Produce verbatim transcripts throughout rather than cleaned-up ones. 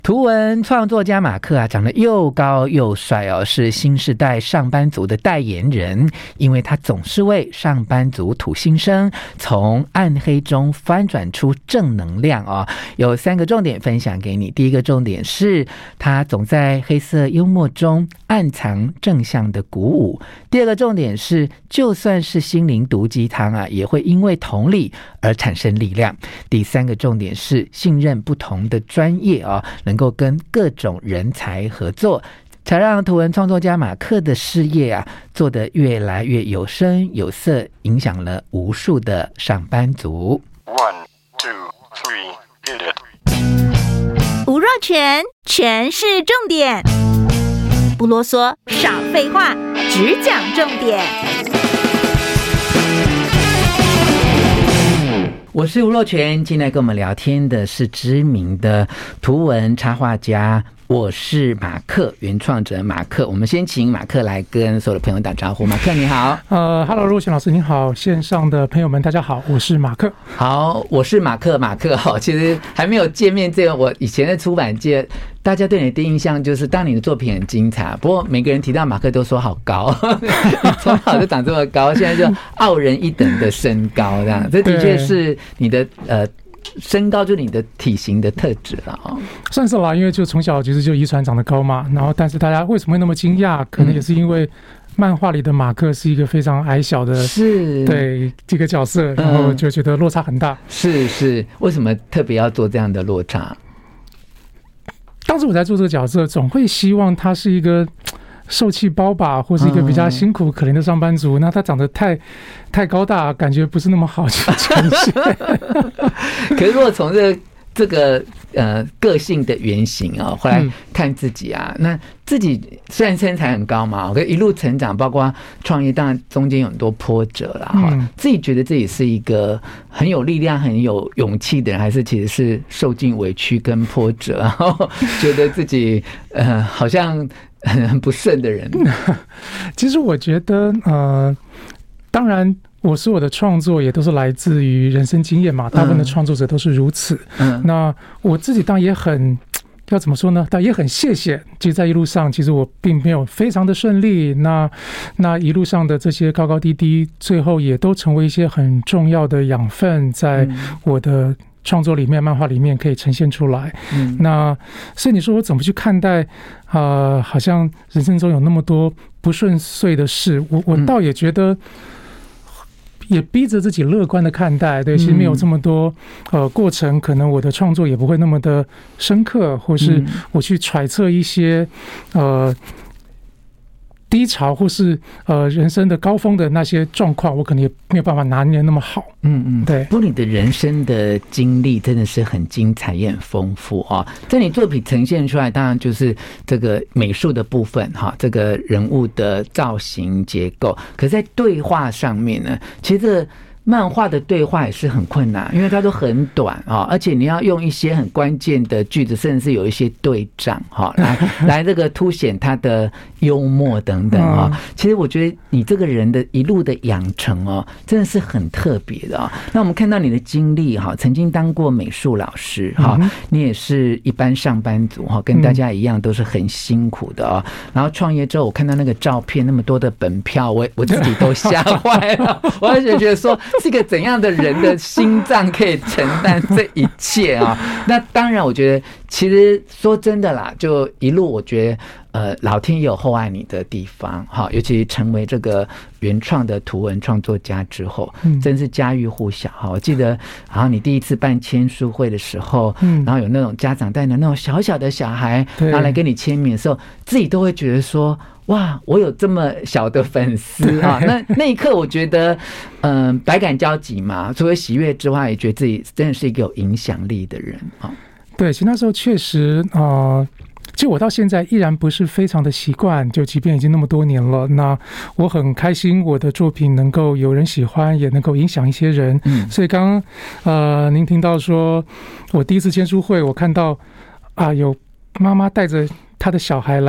图文创作家马克啊，长得又高又帅哦，是新时代上班族的代言人。因为他总是为上班族吐心声，从暗黑中翻转出正能量哦。有三个重点分享给你。第一个重点是，他总在黑色幽默中暗藏正向的鼓舞。第二个重点是，就算是心灵毒鸡汤啊，也会因为同理而产生力量。第三个重点是，信任不同的专业哦，能够跟各种人才合作，才让图文创作家马克的事业啊做得越来越有声有色，影响了无数的上班族。 One, two, three, hit it. 吴若权，全是重点，不啰嗦，少废话，只讲重点。 我是吴若权，今天跟我们聊天的是知名的图文插画家，我是马克，原创者马克。我们先请马克来跟所有的朋友打招呼。马克你好。 呃 ，Hello， 若权老师你好，线上的朋友们大家好，我是马克。 好，我是马克，马克哈。其实还没有见面这个，我以前的出版界，大家对你的第一印象就是，当你的作品很精彩，不过每个人提到马克都说好高，你从小就长这么高，现在就傲人一等的身高，这样，这的确是你的呃。身高就是你的体型的特质了哦， 算是啦，因为就从小其实就遗传长得高嘛，然后但是大家为什么会那么惊讶？可能也是因为漫画里的马克是一个非常矮小的， 是，对这个角色，然后就觉得落差很大。嗯、 是是，为什么特别要做这样的落差？ 当时我在做这个角色，总会希望他是一个受气包吧，或是一个比较辛苦可怜的上班族，嗯、那他长得太太高大，感觉不是那么好去呈现。 可是如果从这个这个呃个性的原型啊、哦，后来看自己啊，嗯、那自己虽然身材很高嘛，可是一路成长，包括创业，当然中间有很多波折啦。哈、嗯，自己觉得自己是一个很有力量、很有勇气的人，还是其实是受尽委屈跟波折，然后觉得自己呃好像很不顺的人？ 其实我觉得，呃，当然。我所有的创作也都是来自于人生经验嘛，大部分的创作者都是如此。嗯，那我自己当然也很要怎么说呢？但也很谢谢，其实在一路上，其实我并没有非常的顺利。那那一路上的这些高高低低，最后也都成为一些很重要的养分，在我的创作里面、漫画里面可以呈现出来。嗯，那所以你说我怎么去看待？呃，好像人生中有那么多不顺遂的事，我我倒也觉得。也逼着自己乐观的看待，对，其实没有这么多呃过程，可能我的创作也不会那么的深刻，或是我去揣测一些呃低潮或是呃人生的高峰的那些状况，我可能也没有办法拿捏那么好。 嗯嗯， 对。 不过你的人生的经历真的是很精彩也很丰富啊、哦，在你作品呈现出来，当然就是这个美术的部分哈，这个人物的造型结构，可是在对话上面呢，其实这个漫画的对话也是很困难，因为它都很短啊、哦，而且你要用一些很关键的句子，甚至是有一些对仗哈、哦，来来这个凸显它的幽默等等啊、哦。其实我觉得你这个人的一路的养成哦，真的是很特别的啊、哦。那我们看到你的经历哈，曾经当过美术老师哈，你也是一般上班族哈，跟大家一样都是很辛苦的哦。然后创业之后，我看到那个照片，那么多的本票，我我自己都吓坏了，我就觉得说。是个怎样的人的心脏可以承担这一切啊？那当然，我觉得其实说真的啦，就一路我觉得呃，老天也有厚爱你的地方哈，尤其成为这个原创的图文创作家之后，真是家喻户晓哈。我记得，然后你第一次办签书会的时候，然后有那种家长带着那种小小的小孩，然后来跟你签名的时候，自己都会觉得说。哇，我有这么小的粉丝啊！那那一刻，我觉得，嗯、呃，百感交集嘛。除了喜悦之外，也觉得自己真的是一个有影响力的人啊。 对，其实那时候确实，呃，其实我到现在依然不是非常的习惯，就即便已经那么多年了，那我很开心我的作品能够有人喜欢，也能够影响一些人。嗯，所以刚刚呃，您听到说我第一次签书会，我看到啊、呃，有妈妈带着他的小孩来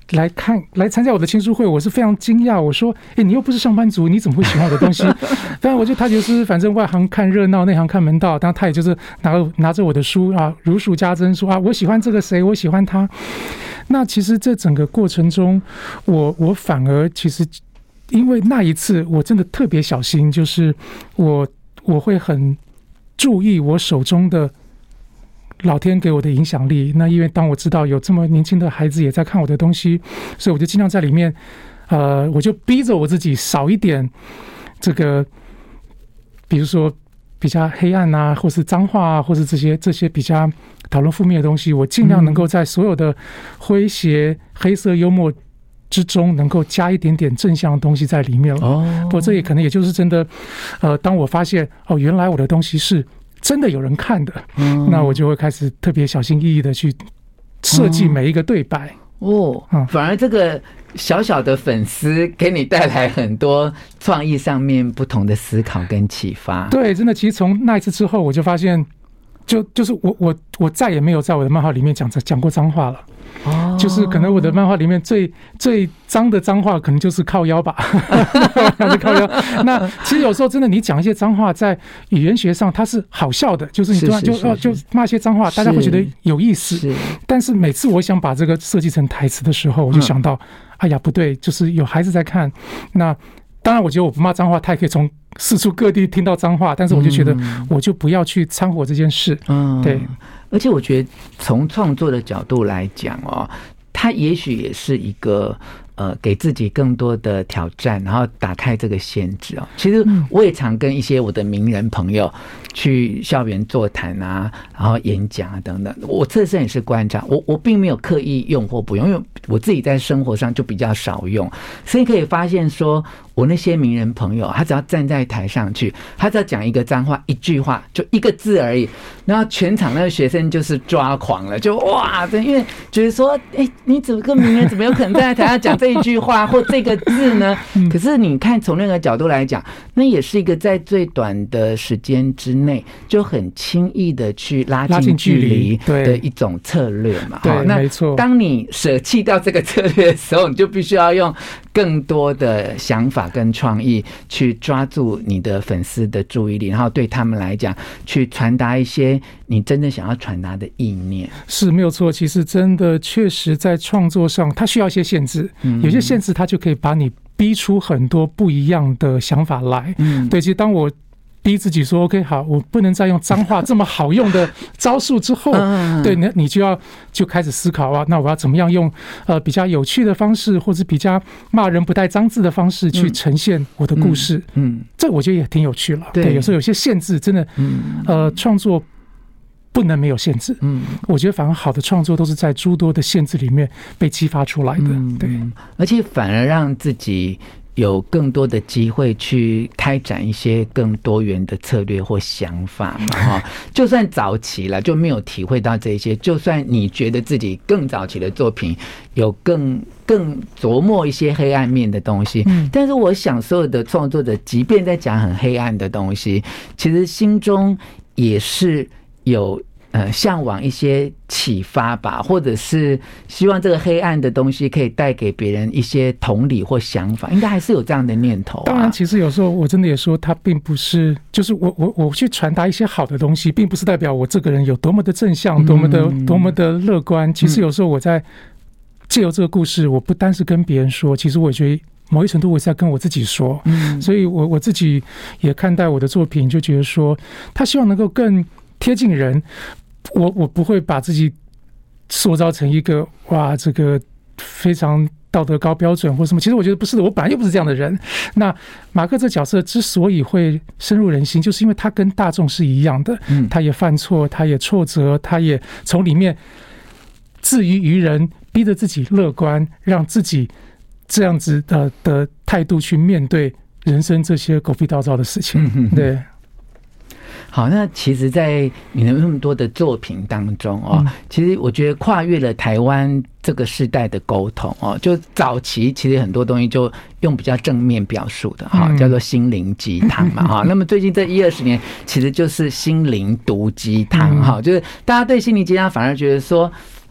来看来参加我的签书会，我是非常惊讶。我说：“哎、欸，你又不是上班族，你怎么会喜欢我的东西？”反正我就他就是反正外行看热闹，内行看门道。当然他也就是拿拿着我的书啊，如数家珍说啊，我喜欢这个谁，我喜欢他。那其实这整个过程中，我我反而其实因为那一次我真的特别小心，就是我我会很注意我手中的老天给我的影响力。那因为当我知道有这么年轻的孩子也在看我的东西，所以我就尽量在里面，呃，我就逼着我自己少一点这个，比如说比较黑暗啊，或是脏话啊，或是这些这些比较讨论负面的东西，我尽量能够在所有的诙谐、黑色幽默之中，能够加一点点正向的东西在里面了。哦，不过这也可能也就是真的，呃，当我发现哦，原来我的东西是真的有人看的，嗯，那我就会开始特别小心翼翼的去设计每一个对白。 哦，嗯，反而这个小小的粉丝给你带来很多创意上面不同的思考跟启发。 对，真的，其实从那一次之后，我就发现，就就是我我我再也没有在我的漫画里面讲讲过脏话了。哦，就是可能我的漫画里面最最脏的脏话，可能就是靠腰吧，是靠腰。那其实有时候真的，你讲一些脏话，在语言学上它是好笑的，就是你突然就就就骂一些脏话，大家会觉得有意思。是，但是每次我想把这个设计成台词的时候，我就想到，嗯，哎呀，不对，就是有孩子在看。那当然，我觉得我不骂脏话，他也可以从四处各地听到脏话，但是我就觉得，我就不要去掺和这件事。嗯，对。 而且我觉得从创作的角度来讲哦，它也许也是一个呃给自己更多的挑战，然后打开这个限制哦。其实我也常跟一些我的名人朋友去校园座谈啊，然后演讲啊等等。我自身也是观察，我我并没有刻意用或不用，因为我自己在生活上就比较少用，所以可以发现说，我那些名人朋友，他只要站在台上去，他只要讲一个脏话，一句话，就一个字而已，然后全场那个学生就是抓狂了，就哇，因为觉得说，哎、欸，你怎么个名人怎么有可能站在台上讲这一句话或这个字呢？可是你看从那个角度来讲，那也是一个在最短的时间之内就很轻易的去拉近距离的一种策略嘛。 对，那没错。 当你舍弃掉这个策略的时候，你就必须要用更多的想法跟创意去抓住你的粉丝的注意力，然后对他们来讲去传达一些你真正想要传达的意念。 是没有错，其实真的确实在创作上它需要一些限制，嗯，有些限制它就可以把你逼出很多不一样的想法来。嗯，对，其实当我逼自己说 OK 好，我不能再用脏话这么好用的招数之后，对，你你就要就开始思考啊，那我要怎么样用呃比较有趣的方式，或者比较骂人不带脏字的方式去呈现我的故事。嗯，嗯这我觉得也挺有趣了。对，有时候有些限制真的，呃，创作不能没有限制。嗯，我觉得反而好的创作都是在诸多的限制里面被激发出来的。嗯、对， 而且反而让自己有更多的机会去开展一些更多元的策略或想法嘛。就算早期了就没有体会到这些，就算你觉得自己更早期的作品有更更琢磨一些黑暗面的东西，但是我想所有的创作者即便在讲很黑暗的东西，其实心中也是有呃，向往一些启发吧，或者是希望这个黑暗的东西可以带给别人一些同理或想法，应该还是有这样的念头、啊。 当然，其实有时候我真的也说，它并不是，就是我我我去传达一些好的东西，并不是代表我这个人有多么的正向，多么的多么的乐观。其实有时候我在借由这个故事，我不单是跟别人说，其实我觉得某一程度我是在跟我自己说。嗯，所以我我自己也看待我的作品，就觉得说，他希望能够更贴近人。我我不会把自己塑造成一个哇，这个非常道德高标准或什么。其实我觉得不是的，我本来就不是这样的人。那马克这角色之所以会深入人心，就是因为他跟大众是一样的，嗯，他也犯错，他也挫折，他也从里面自娱于人，逼着自己乐观，让自己这样子的的态度去面对人生这些狗屁倒灶的事情。嗯、对。 好，那其实在你的那么多的作品当中哦，嗯、其实我觉得跨越了台湾这个世代的沟通哦，就早期其实很多东西就用比较正面表述的哈，叫做心灵鸡汤嘛哈。那么最近这一二十年，其实就是心灵毒鸡汤哈，就是大家对心灵鸡汤反而觉得说，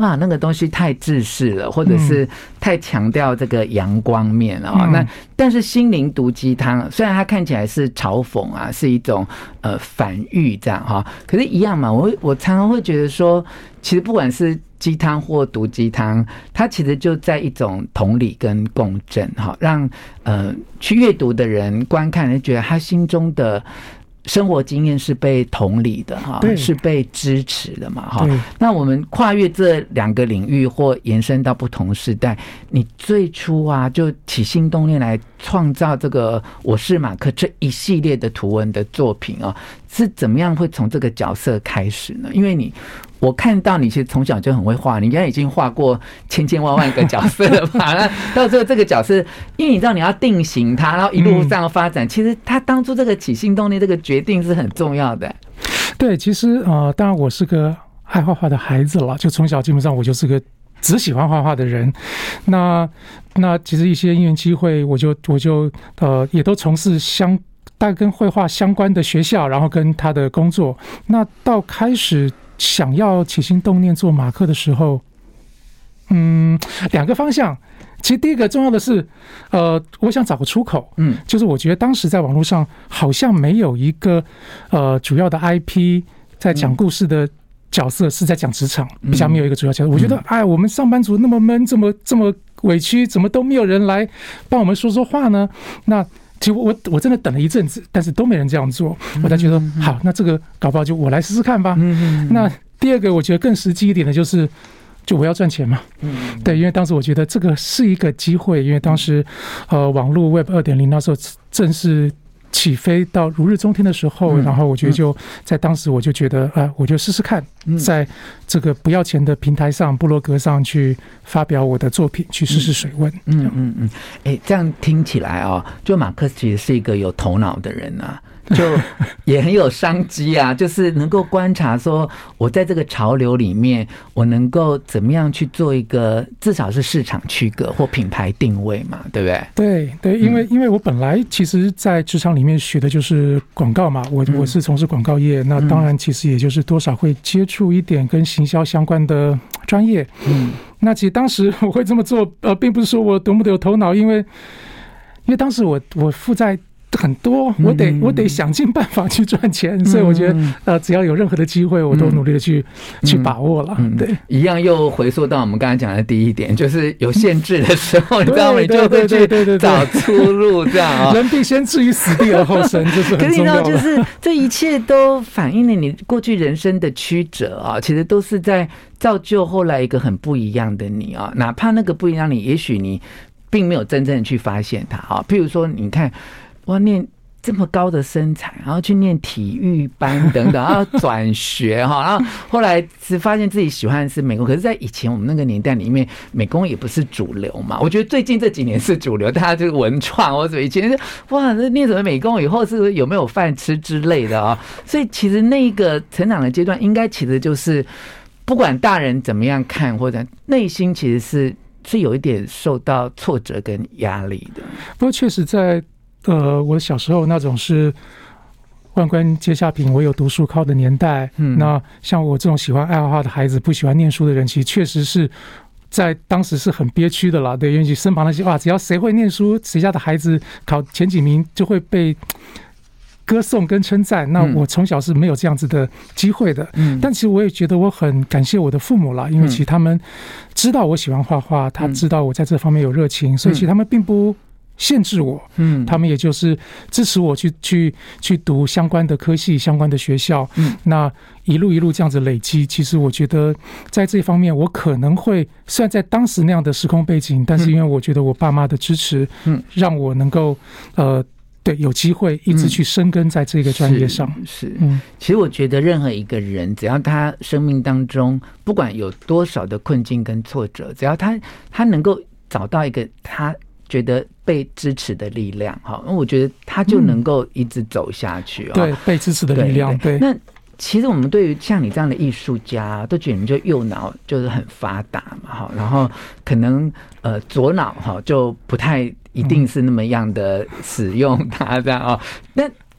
哇，那个东西太制式了，或者是太强调这个阳光面了、哦嗯、那但是心灵毒鸡汤，虽然它看起来是嘲讽啊，是一种呃反喻这样哈、哦，可是一样嘛，我我常常会觉得说，其实不管是鸡汤或毒鸡汤，它其实就在一种同理跟共振哈，让呃去阅读的人观看人觉得他心中的生活经验是被同理的哈，是被支持的嘛哈。那我们跨越这两个领域或延伸到不同时代，你最初啊就起心动念来创造这个我是马克这一系列的图文的作品啊，是怎么样会从这个角色开始呢？因为你我看到你其实从小就很会画，你应该已经画过千千万万个角色了吧？那到最后这个角色，因为你知道你要定型它，然后一路上发展，嗯、其实他当初这个起心动念这个决定是很重要的。 对，其实呃，当然我是个爱画画的孩子了，就从小基本上我就是个只喜欢画画的人。那那其实一些因缘机会，我就我就呃也都从事相。大概跟绘画相关的学校，然后跟他的工作，那到开始想要起心动念做马克的时候，嗯，两个方向。其实第一个重要的是，呃，我想找个出口，嗯，就是我觉得当时在网络上好像没有一个呃主要的 I P 在讲故事的角色是在讲职场，比较没有一个主要角色。我觉得，哎，我们上班族那么闷，这么这么委屈，怎么都没有人来帮我们说说话呢？那其实我我真的等了一阵子，但是都没人这样做，我才觉得好，那这个搞不好就我来试试看吧。那第二个我觉得更实际一点的就是，就我要赚钱嘛。对，因为当时我觉得这个是一个机会，因为当时呃网络 Web 二点零 那时候正是起飞到如日中天的时候，然后我觉得就在当时我就觉得啊，我就试试看，在这个不要钱的平台上、部落格上去发表我的作品，去试试水温。 嗯嗯嗯，哎，这样听起来哦，就马克其实是一个有头脑的人啊。就也很有商机啊，就是能够观察说我在这个潮流里面我能够怎么样去做一个至少是市场区隔或品牌定位嘛，对不对？ 对对，因为因为我本来其实在职场里面学的就是广告嘛，我我是从事广告业，那当然其实也就是多少会接触一点跟行销相关的专业。嗯，那其实当时我会这么做呃并不是说我多么的有头脑，因为因为当时我我负债很多，我得我得想尽办法去赚钱，所以我觉得呃，只要有任何的机会，我都努力的去去把握了。对， 一样又回溯到我们刚才讲的第一点，就是有限制的时候，你知道吗？你就会去找出路，这样啊。 人必先置于死地而后生，这是很重要的。 可是你知道，就是这一切都反映了你过去人生的曲折啊，其实都是在造就后来一个很不一样的你啊。哪怕那个不一样，你也许你并没有真正的去发现它啊。譬如说，你看。哇，念这么高的身材，然后去念体育班等等，然后转学哈，然后后来只发现自己喜欢的是美工，可是，在以前我们那个年代里面，美工也不是主流嘛。我觉得最近这几年是主流，大家就是文创或者以前是哇，这念什么美工以后是不是有没有饭吃之类的啊？所以其实那个成长的阶段，应该其实就是不管大人怎么样看，或者内心其实是是有一点受到挫折跟压力的。 不过确实在。呃，我小时候那种是万官皆下品，唯有读书高的年代。嗯，那像我这种喜欢爱画画的孩子，不喜欢念书的人，其实确实是在当时是很憋屈的啦。对，因为身旁那些哇，只要谁会念书，谁家的孩子考前几名就会被歌颂跟称赞。那我从小是没有这样子的机会的。嗯，但其实我也觉得我很感谢我的父母啦，因为其实他们知道我喜欢画画，他知道我在这方面有热情，所以其实他们并不限制我，嗯，他们也就是支持我去去去读相关的科系、相关的学校，嗯，那一路一路这样子累积，其实我觉得在这一方面，我可能会虽然在当时那样的时空背景，但是因为我觉得我爸妈的支持，嗯，让我能够呃。对，有机会一直去深耕在这个专业上。 嗯、是，是嗯，其实我觉得任何一个人，只要他生命当中不管有多少的困境跟挫折，只要他他能够找到一个他觉得被支持的力量，哈，那我觉得他就能够一直走下去。 嗯、对，被支持的力量。对， 对那其实我们对于像你这样的艺术家，都觉得你就右脑就是很发达嘛，哈，然后可能呃左脑哈就不太。一定是那么样的使用它这样啊、哦，那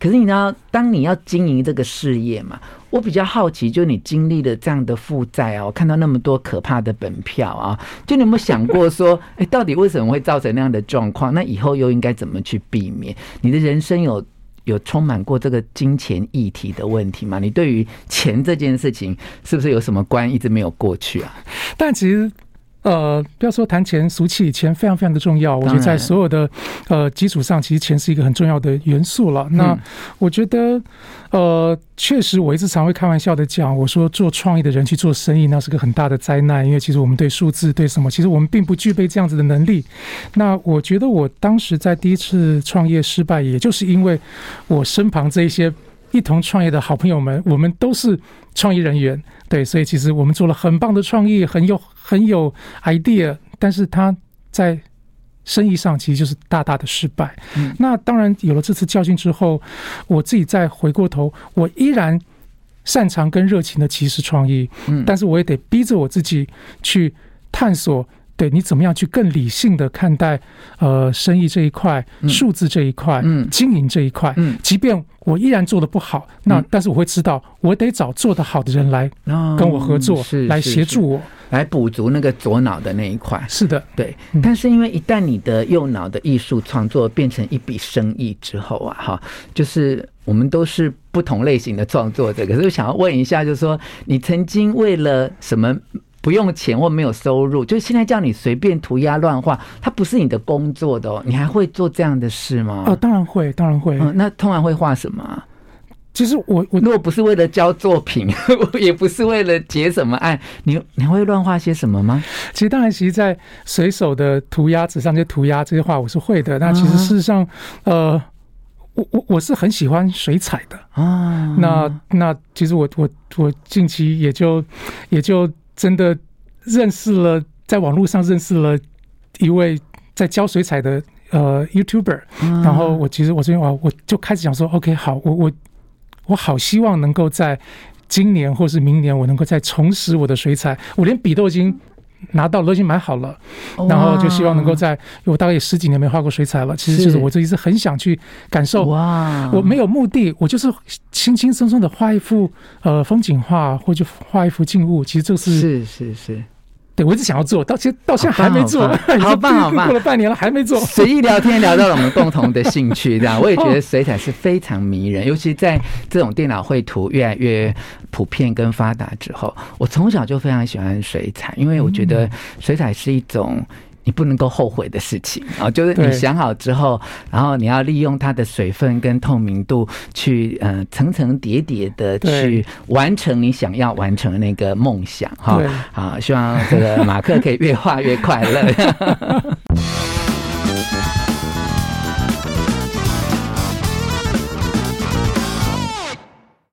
可是你知道，当你要经营这个事业嘛，我比较好奇，就你经历了这样的负债啊，我看到那么多可怕的本票啊，就你有没有想过说，哎，到底为什么会造成那样的状况？那以后又应该怎么去避免？你的人生有有充满过这个金钱议题的问题吗？你对于钱这件事情，是不是有什么关一直没有过去啊？ 但其实。呃，不要说谈钱俗气，钱非常非常的重要。我觉得在所有的呃基础上，其实钱是一个很重要的元素了。那我觉得，呃，确实我一直常会开玩笑的讲，我说做创意的人去做生意，那是个很大的灾难，因为其实我们对数字对什么，其实我们并不具备这样子的能力。那我觉得我当时在第一次创业失败，也就是因为我身旁这一些一同创业的好朋友们，我们都是创意人员，对，所以其实我们做了很棒的创意，很有很有 idea， 但是他在生意上其实就是大大的失败。嗯、那当然有了这次教训之后，我自己再回过头，我依然擅长跟热情的其实创意，嗯，但是我也得逼着我自己去探索。对你怎么样去更理性的看待呃生意这一块、数字这一块、嗯、经营这一块，嗯，即便我依然做得不好，那、嗯、但是我会知道，我得找做得好的人来跟我合作，哦、来协助我， 来补足那个左脑的那一块。 是的， 对。嗯、但是因为一旦你的右脑的艺术创作变成一笔生意之后啊，哈，就是我们都是不同类型的创作者，可是我想要问一下，就是说你曾经为了什么？不用钱或没有收入，就现在叫你随便涂鸦乱画，它不是你的工作的哦，你还会做这样的事吗？ 哦，当然会，当然会。 嗯，那通常会画什么啊？ 其实我我如果不是为了交作品，也不是为了结什么案，你你会乱画些什么吗？ 其实当然，其实，在随手的涂鸦纸上这些涂鸦这些画，我是会的。那其实事实上，呃。我我我是很喜欢水彩的啊，那那其实我我我近期也就也就真的认识了，在网络上认识了一位在教水彩的呃 YouTuber，、嗯、然后我其实我这边我我就开始想说 OK 好，我我我好希望能够在今年或是明年我能够再重拾我的水彩，我连笔都已经。拿到了，都已经买好了，然后就希望能够在，我大概也十几年没画过水彩了。其实就是我这一次很想去感受，哇！我没有目的，我就是轻轻松松的画一幅呃风景画，或者画一幅静物。其实这是是是是。 对，我一直想要做，到现在到现在还没做， 好棒好棒， 过了半年了还没做。 随意聊天聊到了我们共同的兴趣，这样我也觉得水彩是非常迷人，尤其在这种电脑绘图越来越普遍跟发达之后，我从小就非常喜欢水彩，因为我觉得水彩是一种。你不能够后悔的事情啊，就是你想好之后，然后你要利用它的水分跟透明度去呃层层叠叠的去完成你想要完成的那个梦想哈。好，希望这个马克可以越画越快乐。